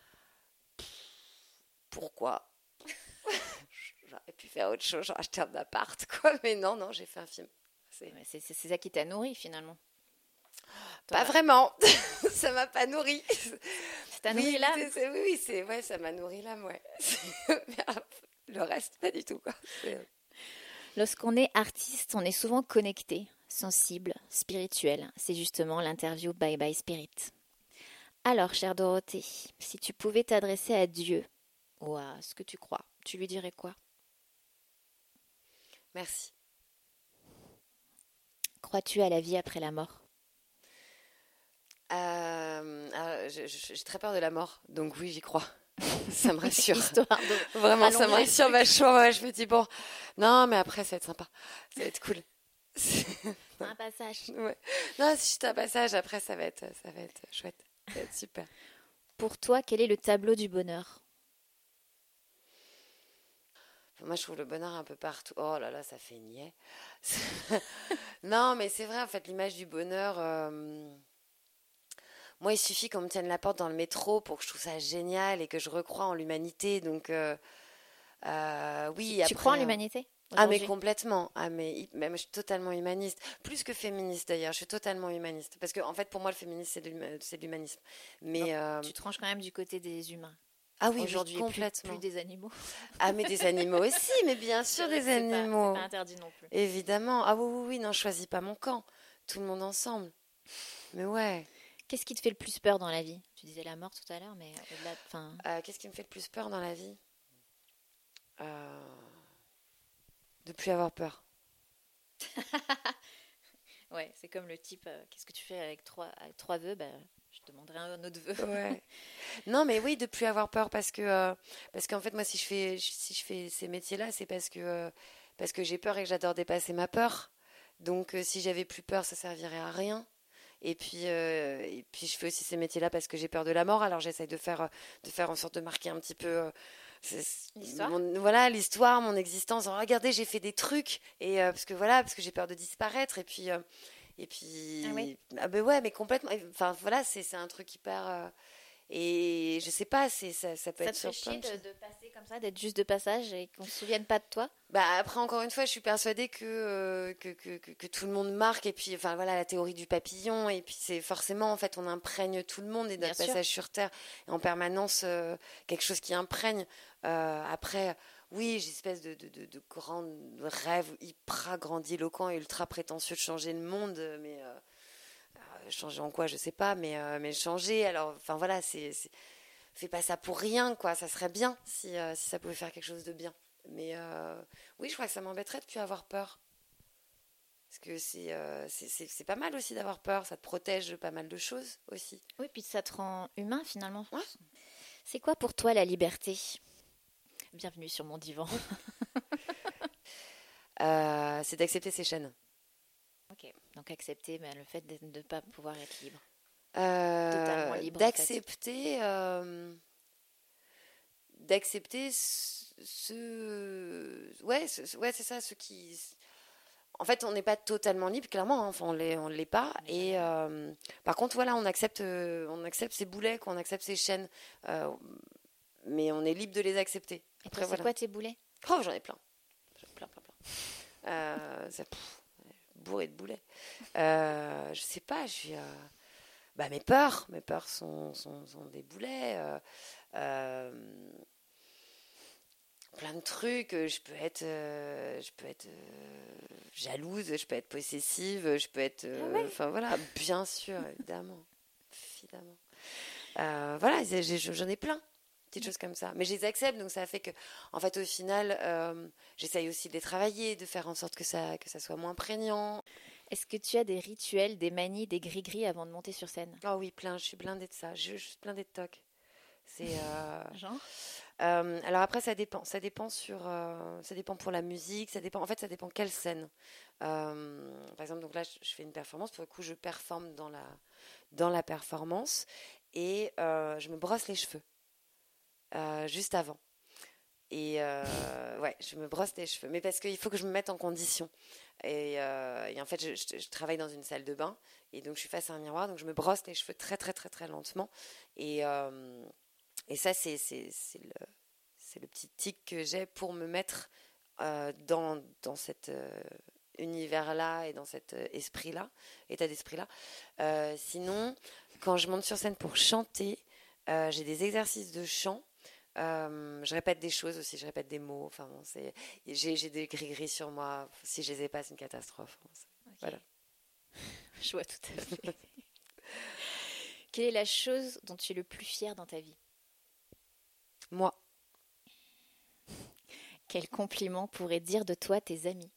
Speaker 1: Pourquoi? J'aurais pu faire autre chose, genre acheter un appart, quoi. Mais non, non, j'ai fait un film. C'est...
Speaker 3: Ouais, C'est c'est- c'est ça qui t'a nourri, finalement.
Speaker 1: Pas
Speaker 3: T'en as-
Speaker 1: vraiment. Ça m'a pas nourri.
Speaker 3: Ça t'a
Speaker 1: Oui,
Speaker 3: nourri l'âme?
Speaker 1: c'est- c'est- oui, oui, c'est... Ouais, ça m'a nourri l'âme, ouais. Mais euh, le reste, pas du tout, quoi. C'est-
Speaker 3: Lorsqu'on est artiste, on est souvent connecté, sensible, spirituel. C'est justement l'interview Bye Bye Spirit. Alors, chère Dorothée, si tu pouvais t'adresser à Dieu ou à ce que tu crois, tu lui dirais quoi?
Speaker 1: Merci.
Speaker 3: Crois-tu à la vie après la mort?
Speaker 1: Euh, alors, je- je- j'ai très peur de la mort, donc oui, j'y crois. Ça me rassure.
Speaker 3: Histoire de...
Speaker 1: Vraiment, ça me
Speaker 3: Allonger le
Speaker 1: rassure
Speaker 3: truc.
Speaker 1: vachement. Ouais, je me dis, bon, non, mais après, ça va être sympa. Ça va être cool.
Speaker 3: Un passage.
Speaker 1: Ouais. Non, si juste un passage, après, ça va être, ça va être chouette. Ça va être super.
Speaker 3: Pour toi, quel est le tableau du bonheur?
Speaker 1: Moi, je trouve le bonheur un peu partout. Oh là là, ça fait niais. Non, mais c'est vrai, en fait, l'image du bonheur. euh, Moi, il suffit qu'on me tienne la porte dans le métro pour que je trouve ça génial et que je recroie en l'humanité. Donc, euh, euh, oui,
Speaker 3: Tu
Speaker 1: après,
Speaker 3: crois en
Speaker 1: euh,
Speaker 3: l'humanité
Speaker 1: Ah, mais
Speaker 3: aujourd'hui?
Speaker 1: complètement. Ah, mais hy- même, je suis totalement humaniste. Plus que féministe, d'ailleurs. Je suis totalement humaniste. Parce que, en fait, pour moi, le féminisme, c'est de l'huma- c'est de l'humanisme. Mais,
Speaker 3: Donc,
Speaker 1: euh,
Speaker 3: Tu tranches quand même du côté des humains.
Speaker 1: ah oui, oui,
Speaker 3: Aujourd'hui, et plus,
Speaker 1: complètement.
Speaker 3: plus des animaux.
Speaker 1: Ah, mais des animaux aussi, mais bien
Speaker 3: C'est
Speaker 1: sûr,
Speaker 3: vrai
Speaker 1: des
Speaker 3: que c'est pas-
Speaker 1: animaux.
Speaker 3: C'est pas interdit non plus.
Speaker 1: Évidemment. Ah oui, oui, oui, non, je choisis pas mon camp. Tout le monde ensemble. Mais ouais.
Speaker 3: Qu'est-ce qui te fait le plus peur dans la vie? Tu disais la mort tout à l'heure, mais au-delà, enfin,
Speaker 1: Euh, qu'est-ce qui me fait le plus peur dans la vie? Euh, De plus avoir peur.
Speaker 3: ouais, c'est comme le type. euh, qu'est-ce que tu fais avec trois, avec trois vœux? Bah, je te demanderai un autre vœu.
Speaker 1: Ouais. Non, mais oui, de plus avoir peur parce que euh, parce qu'en fait, moi, si je fais si je fais ces métiers-là, c'est parce que euh, parce que j'ai peur et que j'adore dépasser ma peur. Donc, euh, si j'avais plus peur, ça servirait à rien. Et puis, euh, et puis, je fais aussi ces métiers-là parce que j'ai peur de la mort. Alors, j'essaye de faire, euh, de faire en sorte de marquer un petit peu euh, c'est- c'est-
Speaker 3: L'histoire.
Speaker 1: mon- voilà, l'histoire, mon existence. En, regardez, j'ai fait des trucs et euh, parce que voilà, parce que j'ai peur de disparaître. Et puis, euh, et puis,
Speaker 3: Ah oui.
Speaker 1: ah ben ouais, mais complètement. Enfin, voilà, c'est c'est un truc hyper. euh, et je sais pas, c'est ça, ça peut
Speaker 3: Ça
Speaker 1: être
Speaker 3: te fait
Speaker 1: sur plein
Speaker 3: chier
Speaker 1: de
Speaker 3: de,
Speaker 1: choses.
Speaker 3: de passer comme ça, d'être juste de passage et qu'on se souvienne pas de toi?
Speaker 1: Bah après encore une fois, je suis persuadée que, euh, que, que, que, que tout le monde marque et puis enfin voilà la théorie du papillon et puis c'est forcément en fait on imprègne tout le monde et
Speaker 3: Bien
Speaker 1: notre
Speaker 3: sûr.
Speaker 1: passage sur Terre est en permanence euh, quelque chose qui imprègne. Euh, après oui, j'ai une espèce de, de, de, de grand rêve hyper grandiloquent et ultra prétentieux de changer le monde, mais euh, euh, changer en quoi je sais pas, mais euh, mais changer. Alors enfin voilà, c'est, c'est fais pas ça pour rien quoi. Ça serait bien si euh, si ça pouvait faire quelque chose de bien. Mais euh, oui, je crois que ça m'embêterait de plus avoir peur. Parce que c'est, euh, c'est, c'est, c'est pas mal aussi d'avoir peur. Ça te protège de pas mal de choses aussi.
Speaker 3: Oui, puis ça te rend humain finalement.
Speaker 1: Ouais.
Speaker 3: C'est quoi pour toi la liberté? Bienvenue sur mon divan.
Speaker 1: euh, C'est d'accepter ses chaînes.
Speaker 3: Ok, donc accepter ben, le fait de ne pas pouvoir être libre.
Speaker 1: Euh,
Speaker 3: Totalement libre.
Speaker 1: D'accepter, en fait. euh, d'accepter ce, ce... ouais, ce, ouais, c'est ça, ce qui. En fait, on n'est pas totalement libre, clairement. Hein, enfin, on l'est, on l'est pas. Et euh, par contre, voilà, on accepte, euh, on accepte ses boulets, quoi, on accepte ses chaînes, euh, mais on est libre de les accepter.
Speaker 3: Et
Speaker 1: Après,
Speaker 3: toi, c'est
Speaker 1: voilà.
Speaker 3: quoi tes boulets?
Speaker 1: Oh, j'en ai plein, j'en ai plein, plein, plein. Euh, c'est pff, bourré de boulets. Euh, je sais pas, je suis. Euh, bah, mes peurs, mes peurs sont, sont, sont des boulets. Euh, euh, plein de trucs. Je peux être, euh, je peux être euh, jalouse, je peux être possessive, je peux être.
Speaker 3: Ah ouais.
Speaker 1: Enfin voilà, bien sûr, évidemment, évidemment. Euh, voilà, j'ai- j'en ai plein, petites choses comme ça. Mais je les accepte, donc ça fait que, en fait, au final, euh, j'essaye aussi de les travailler, de faire en sorte que ça, que ça soit moins prégnant.
Speaker 3: Est-ce que tu as des rituels, des manies, des gris-gris avant de monter sur scène?
Speaker 1: Oh oui, plein. Je suis blindée de ça. Je, je suis blindée de toc. C'est. Euh...
Speaker 3: Genre
Speaker 1: Euh, alors après, ça dépend. Ça dépend sur. Euh, ça dépend pour la musique. Ça dépend. En fait, ça dépend quelle scène. Euh, par exemple, donc là, je, je fais une performance. Pour le coup, je performe dans la dans la performance et euh, je me brosse les cheveux euh, juste avant. Et euh, ouais, je me brosse les cheveux. Mais parce qu'il faut que je me mette en condition. Et, euh, et en fait, je, je- je travaille dans une salle de bain et donc je suis face à un miroir. Donc je me brosse les cheveux très très très très lentement. Et euh, et ça, c'est c'est c'est le c'est le petit tic que j'ai pour me mettre euh, dans, dans cet euh, univers-là et dans cet euh, esprit-là, état d'esprit-là. Euh, sinon, quand je monte sur scène pour chanter, euh, j'ai des exercices de chant. Euh, je répète des choses aussi, je répète des mots. Enfin, bon, c'est, j'ai, j'ai des gris-gris sur moi. Si je les ai pas, c'est une catastrophe.
Speaker 3: okay.
Speaker 1: Voilà.
Speaker 3: Je vois tout à fait. Quelle est la chose dont tu es le plus fier dans ta vie?
Speaker 1: Moi.
Speaker 3: Quel compliment pourraient dire de toi tes amis?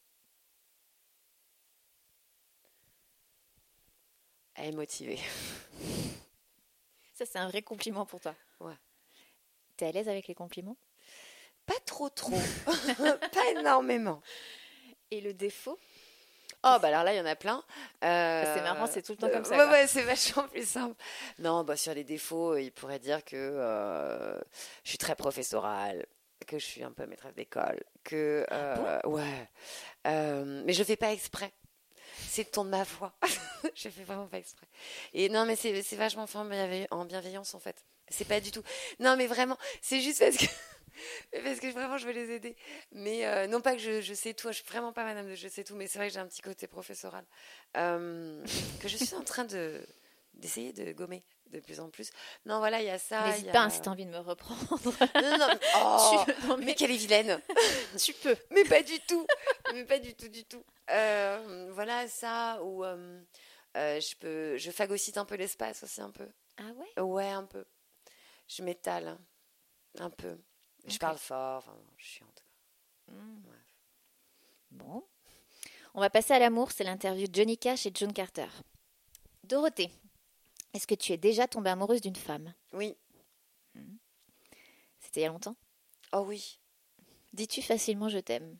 Speaker 1: Elle est motivée.
Speaker 3: Ça, c'est un vrai compliment pour toi.
Speaker 1: Ouais.
Speaker 3: T'es à l'aise avec les compliments?
Speaker 1: Pas trop, trop. Pas énormément.
Speaker 3: Et le défaut?
Speaker 1: Oh, bah alors là, il y en a plein.
Speaker 3: Euh... C'est marrant, c'est tout le temps comme ça.
Speaker 1: Ouais, ouais, c'est vachement plus simple. Non, bah sur les défauts, il pourrait dire que euh, je suis très professorale, que je suis un peu maîtresse d'école, que... Euh,
Speaker 3: ah bon
Speaker 1: ouais. Euh, mais je fais pas exprès. C'est le ton de ma voix. Je fais vraiment pas exprès. Et non, mais c'est, c'est vachement fait en, bienveillance, en bienveillance, en fait. C'est pas du tout... Non, mais vraiment, c'est juste parce que... Parce que vraiment, je veux les aider. Mais euh, non pas que je, je sais tout, je suis vraiment pas madame de je sais tout, mais c'est vrai que j'ai un petit côté professoral euh, que je suis en train de, d'essayer de gommer de plus en plus. Non, voilà, il y a ça.
Speaker 3: N'hésite
Speaker 1: a...
Speaker 3: pas hein, si t'as envie de me reprendre.
Speaker 1: Non, non, oh,
Speaker 3: tu... non mais...
Speaker 1: mais quelle est vilaine.
Speaker 3: Tu peux.
Speaker 1: Mais pas du tout. Mais pas du tout, du tout. Euh, voilà, ça, ou euh, euh, je peux, je phagocyte un peu l'espace aussi, un peu.
Speaker 3: Ah ouais?
Speaker 1: Ouais, un peu. Je m'étale un peu. Je okay. parle fort, enfin, je suis en tout cas.
Speaker 3: Mmh. Bon. On va passer à l'amour, c'est l'interview de Johnny Cash et John Carter. Dorothée, est-ce que tu es déjà tombée amoureuse d'une femme?
Speaker 1: Oui.
Speaker 3: Mmh. C'était il y a longtemps?
Speaker 1: Oh oui.
Speaker 3: Dis-tu facilement je t'aime?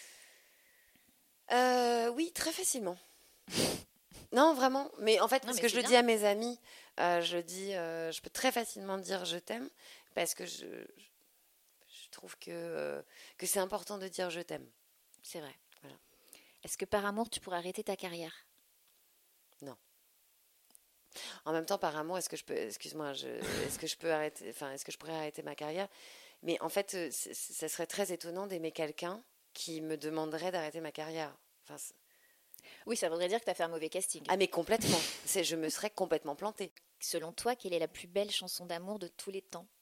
Speaker 1: euh, Oui, très facilement. Non, vraiment. Mais en fait, non, parce que je le bien. dis à mes amis, euh, je dis, euh, je peux très facilement dire je t'aime parce que je... Je trouve que, euh, que c'est important de dire je t'aime.
Speaker 3: C'est vrai. Voilà. Est-ce que par amour, tu pourrais arrêter ta carrière?
Speaker 1: Non. En même temps, par amour, est-ce que je peux, excuse-moi, je, est-ce que je peux arrêter, enfin, est-ce que je pourrais arrêter ma carrière? Mais en fait, ça serait très étonnant d'aimer quelqu'un qui me demanderait d'arrêter ma carrière. Enfin, c'est...
Speaker 3: Oui, ça voudrait dire que tu as fait un mauvais casting.
Speaker 1: Ah, mais complètement. c'est, je me serais complètement plantée.
Speaker 3: Selon toi, quelle est la plus belle chanson d'amour de tous les temps?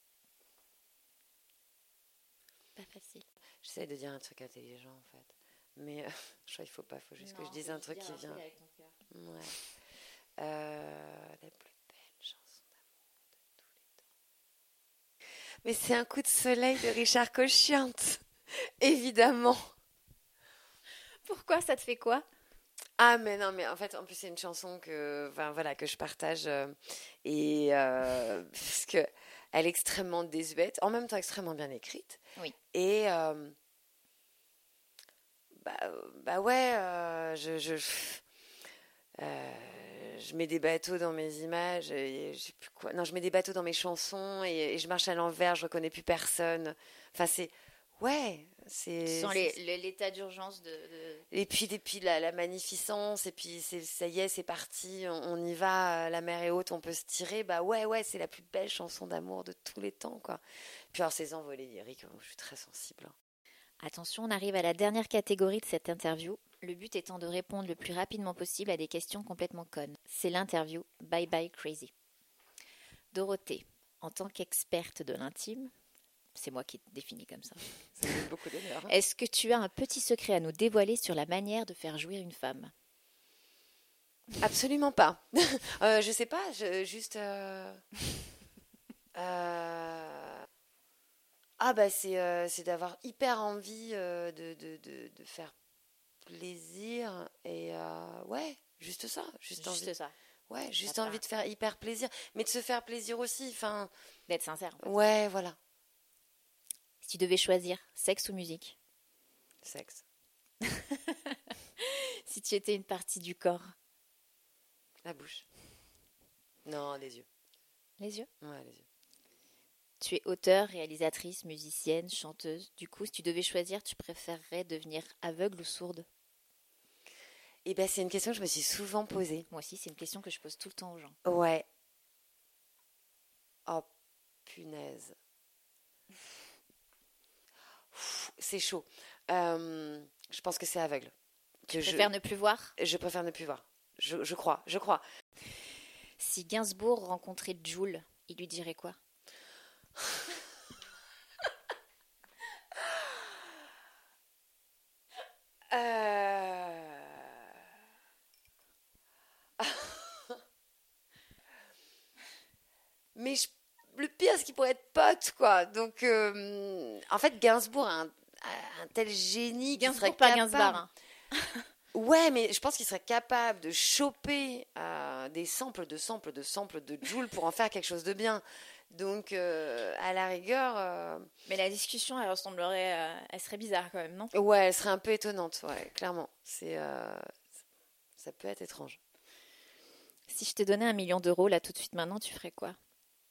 Speaker 3: Pas facile.
Speaker 1: J'essaie de dire un truc intelligent en fait, mais euh, je crois qu'il faut pas, il faut juste non, que je dise un truc qui vient.
Speaker 3: Avec ton cœur.
Speaker 1: Ouais. Euh, la plus belle chanson d'amour de tous les temps. Mais c'est un coup de soleil de Richard Cochiante, évidemment.
Speaker 3: Pourquoi ça te fait quoi?
Speaker 1: Ah mais non mais en fait en plus c'est une chanson que enfin voilà que je partage euh, et euh, parce que Elle est extrêmement désuète, en même temps extrêmement bien écrite.
Speaker 3: Oui.
Speaker 1: Et euh, bah, bah ouais, euh, je, je, euh, je mets des bateaux dans mes images. Et je sais plus quoi. Non, je mets des bateaux dans mes chansons et, et je marche à l'envers, je reconnais plus personne. Enfin, c'est ouais, c'est.
Speaker 3: Sans
Speaker 1: c'est-
Speaker 3: l'état d'urgence de, de...
Speaker 1: Et puis, et puis la, la magnificence, et puis c'est, ça y est, c'est parti, on, on y va, euh, la mer est haute, on peut se tirer. Bah ouais, ouais, c'est la plus belle chanson d'amour de tous les temps, quoi. Puis alors, ces envolées lyriques, je suis très sensible. hein.
Speaker 3: Attention, on arrive à la dernière catégorie de cette interview, le but étant de répondre le plus rapidement possible à des questions complètement connes. C'est l'interview Bye Bye Crazy. Dorothée, en tant qu'experte de l'intime, c'est moi qui te définis comme ça.
Speaker 1: Ça me donne beaucoup d'honneur. hein.
Speaker 3: Est-ce que tu as un petit secret à nous dévoiler sur la manière de faire jouir une femme?
Speaker 1: Absolument pas. euh, je sais pas, je, juste. euh, euh, Ah bah c'est euh, c'est d'avoir hyper envie euh, de, de, de, de faire plaisir et euh, ouais, juste ça, juste, envie.
Speaker 3: Juste ça,
Speaker 1: Ouais, juste
Speaker 3: part.
Speaker 1: envie de faire hyper plaisir, mais de se faire plaisir aussi. Enfin,
Speaker 3: d'être sincère. en fait.
Speaker 1: ouais, voilà.
Speaker 3: Si tu devais choisir sexe ou musique,
Speaker 1: Sexe.
Speaker 3: si tu étais une partie du corps,
Speaker 1: La bouche. Non, les yeux.
Speaker 3: les yeux.
Speaker 1: Ouais, les yeux.
Speaker 3: Tu es auteure, réalisatrice, musicienne, chanteuse. Du coup, si tu devais choisir, tu préférerais devenir aveugle ou sourde?
Speaker 1: Et ben c'est une question que je me suis souvent posée.
Speaker 3: Moi aussi, c'est une question que je pose tout le temps aux gens.
Speaker 1: Ouais. Oh, punaise. Pff, C'est chaud. Euh, je pense que c'est aveugle.
Speaker 3: Tu
Speaker 1: Que je,
Speaker 3: préfères ne plus voir?
Speaker 1: je préfère ne plus voir. Je, je crois, je crois.
Speaker 3: Si Gainsbourg rencontrait Jul, il lui dirait quoi?
Speaker 1: Euh... Mais je- le pire, c'est qu'il pourrait être pote, quoi. Donc, euh, en fait, Gainsbourg a un, a un tel génie qu'il serait
Speaker 3: Gainsbourg, pas
Speaker 1: capable...
Speaker 3: Gainsbar. hein.
Speaker 1: Ouais, mais je pense qu'il serait capable de choper euh, des samples, de samples, de samples de Jul pour en faire quelque chose de bien. Donc, euh, à la rigueur, euh,
Speaker 3: Mais la discussion, elle ressemblerait, à- elle serait bizarre quand même, non?
Speaker 1: ouais, elle serait un peu étonnante, ouais, clairement. C'est, euh, ça peut être étrange.
Speaker 3: Si je te donnais un million d'euros, là, tout de suite maintenant, tu ferais quoi?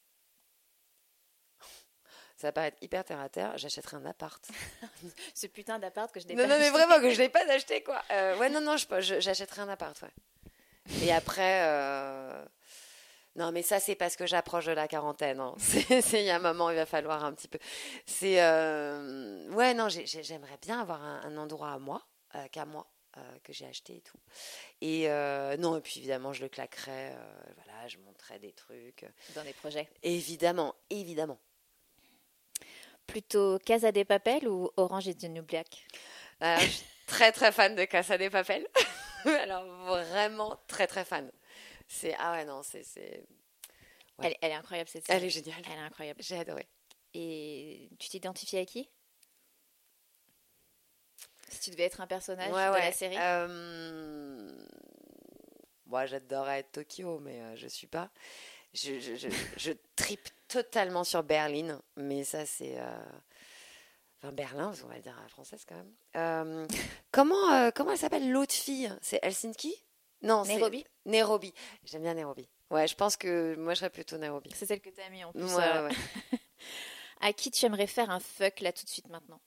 Speaker 1: Ça va paraître hyper terre à terre, j'achèterais un appart.
Speaker 3: Ce putain d'appart que je n'ai
Speaker 1: Non,
Speaker 3: pas
Speaker 1: non, mais
Speaker 3: acheté.
Speaker 1: vraiment, que je l'ai pas acheté, quoi. Euh, ouais, non, non, je, je- j'achèterais un appart, ouais. Et après, euh, non, mais ça, c'est parce que j'approche de la quarantaine. hein. C'est, c'est- il y a un moment, il va falloir un petit peu. C'est, euh, ouais, non, j'ai- j'ai- j'aimerais bien avoir un, un endroit à moi, euh, qu'à moi, euh, que j'ai acheté et tout. Et euh, non, et puis évidemment, je le claquerais. euh, voilà, je montrerais des trucs.
Speaker 3: Dans des projets.
Speaker 1: Évidemment, évidemment.
Speaker 3: Plutôt Casa de Papel ou Orange is the New Black?
Speaker 1: Euh, je suis très très fan de Casa de Papel. Alors vraiment très très fan. C'est ah ouais non c'est c'est Ouais.
Speaker 3: Elle, elle est incroyable cette série.
Speaker 1: elle est géniale.
Speaker 3: Elle est incroyable.
Speaker 1: J'ai adoré.
Speaker 3: Et tu t'identifies à qui? Si tu devais être un personnage
Speaker 1: Ouais
Speaker 3: de
Speaker 1: ouais.
Speaker 3: la série?
Speaker 1: Euh, Moi j'adorerais être Tokyo mais euh, je suis pas. Je je, je, je tripe totalement sur Berlin mais ça c'est euh, enfin Berlin parce qu'on va le dire à la française quand même. Euh, comment euh, comment elle s'appelle l'autre fille? C'est Helsinki? Non c'est
Speaker 3: Nairobi?
Speaker 1: Nairobi. J'aime bien Nairobi. Ouais, je pense que moi je serais plutôt Nairobi.
Speaker 3: C'est celle que tu as mis en plus.
Speaker 1: Ouais,
Speaker 3: euh,
Speaker 1: ouais, ouais.
Speaker 3: À qui tu aimerais faire un fuck là tout de suite maintenant?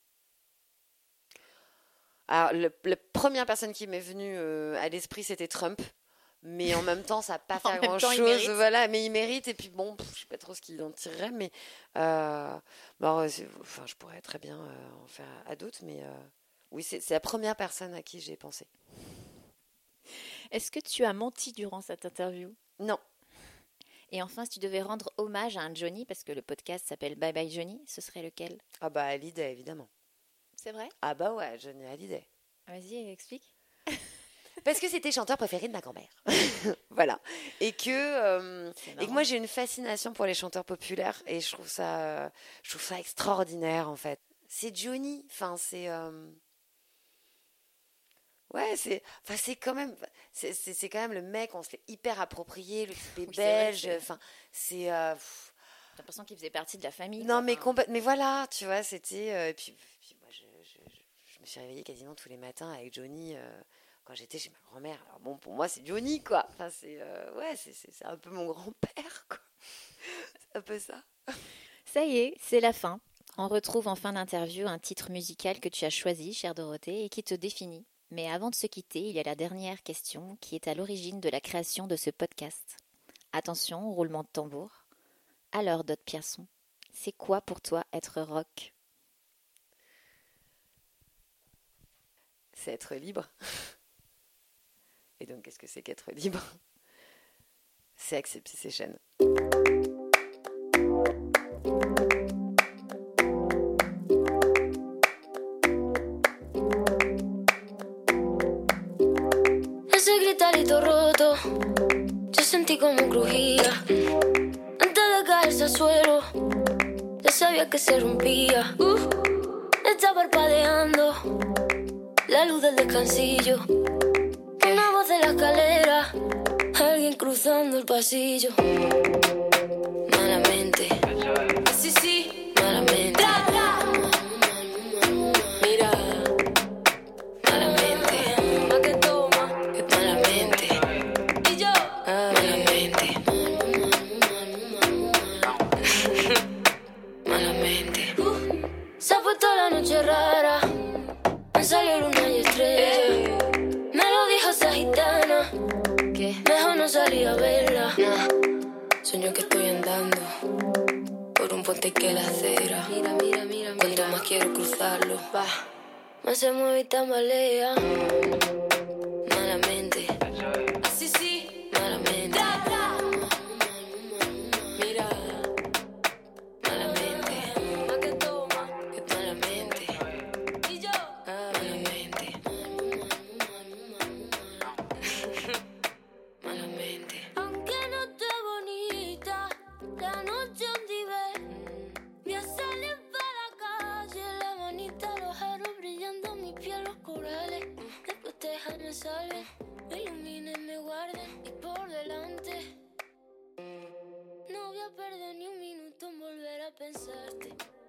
Speaker 1: Alors, le- la première personne qui m'est venue euh, à l'esprit, c'était Trump. Mais en même temps, ça n'a pas fait
Speaker 3: En même temps, il
Speaker 1: grand-chose.
Speaker 3: mérite.
Speaker 1: Voilà, mais il mérite. Et puis bon, pff, je sais pas trop ce qu'il en tirerait. Mais euh, bon, euh, c'est- enfin, je pourrais très bien euh, en faire à d'autres. Mais euh, oui, c'est c'est la première personne à qui j'ai pensé.
Speaker 3: Est-ce que tu as menti durant cette interview?
Speaker 1: Non.
Speaker 3: Et enfin, si tu devais rendre hommage à un Johnny, parce que le podcast s'appelle Bye Bye Johnny, ce serait lequel?
Speaker 1: Ah bah, Hallyday, évidemment.
Speaker 3: C'est vrai?
Speaker 1: Ah bah ouais, Johnny Hallyday.
Speaker 3: Vas-y, explique.
Speaker 1: Parce que c'était le chanteur préféré de ma grand-mère. Voilà. Et que, euh,
Speaker 3: C'est
Speaker 1: et que
Speaker 3: marrant.
Speaker 1: moi, j'ai une fascination pour les chanteurs populaires. Et je trouve ça, euh, je trouve ça extraordinaire, en fait. C'est Johnny. Enfin, c'est... euh, Ouais, c'est, enfin, c'est quand même, c'est, c'est, c'est quand même le mec, on se l'est hyper approprié, le type est
Speaker 3: Oui, c'est vrai,
Speaker 1: belge,
Speaker 3: c'est-
Speaker 1: enfin, c'est, euh, pff,
Speaker 3: l'impression qu'il faisait partie de la famille.
Speaker 1: Non,
Speaker 3: quoi.
Speaker 1: mais,
Speaker 3: Enfin,
Speaker 1: complè- mais voilà, tu vois, c'était. euh, et puis, puis moi, je, je- je- je me suis réveillée quasiment tous les matins avec Johnny euh, quand j'étais chez ma grand-mère. Alors bon, pour moi, c'est Johnny, quoi. Enfin, c'est. euh, ouais, c'est, c'est, c'est un peu mon grand-père, quoi. C'est un peu ça.
Speaker 3: Ça y est, c'est la fin. On retrouve en fin d'interview un titre musical que tu as choisi, chère Dorothée, et qui te définit. Mais avant de se quitter, il y a la dernière question qui est à l'origine de la création de ce podcast. Attention, roulement de tambour. Alors, Dot Pierson, c'est quoi pour toi être rock ?
Speaker 1: C'est être libre. Et donc, qu'est-ce que c'est qu'être libre ? C'est accepter ses chaînes.
Speaker 4: Ese gritarito roto, yo sentí como crujía. Antes de caerse al suelo, ya sabía que se rompía. Uh, está parpadeando la luz del descansillo. Una voz de la escalera, alguien cruzando el pasillo. Malamente, sí, sí, malamente. Mira, malamente, más que toma, que malamente. Y yo, malamente, malamente. Uh, se ha puesto la noche rara, me salió luna y estrella. Me lo dijo esa gitana, que mejor no salir a verla. Sueño que estoy andando por un puente que la acera. Mira, mira, mira, cuanto más quiero cruzarlo, va, más se mueve y tambalea. Malamente, así sí, malamente. Mira, malamente, más que toma, que malamente. Y yo, malamente. Malamente. Aunque no esté bonita, la noche donde ve, voy a salir para la calle, la manita, los aros brillando, mi piel, los corales. Me protejan, me salven, me iluminen, me guarden. Y por delante, no voy a perder ni un minuto en volver a pensarte.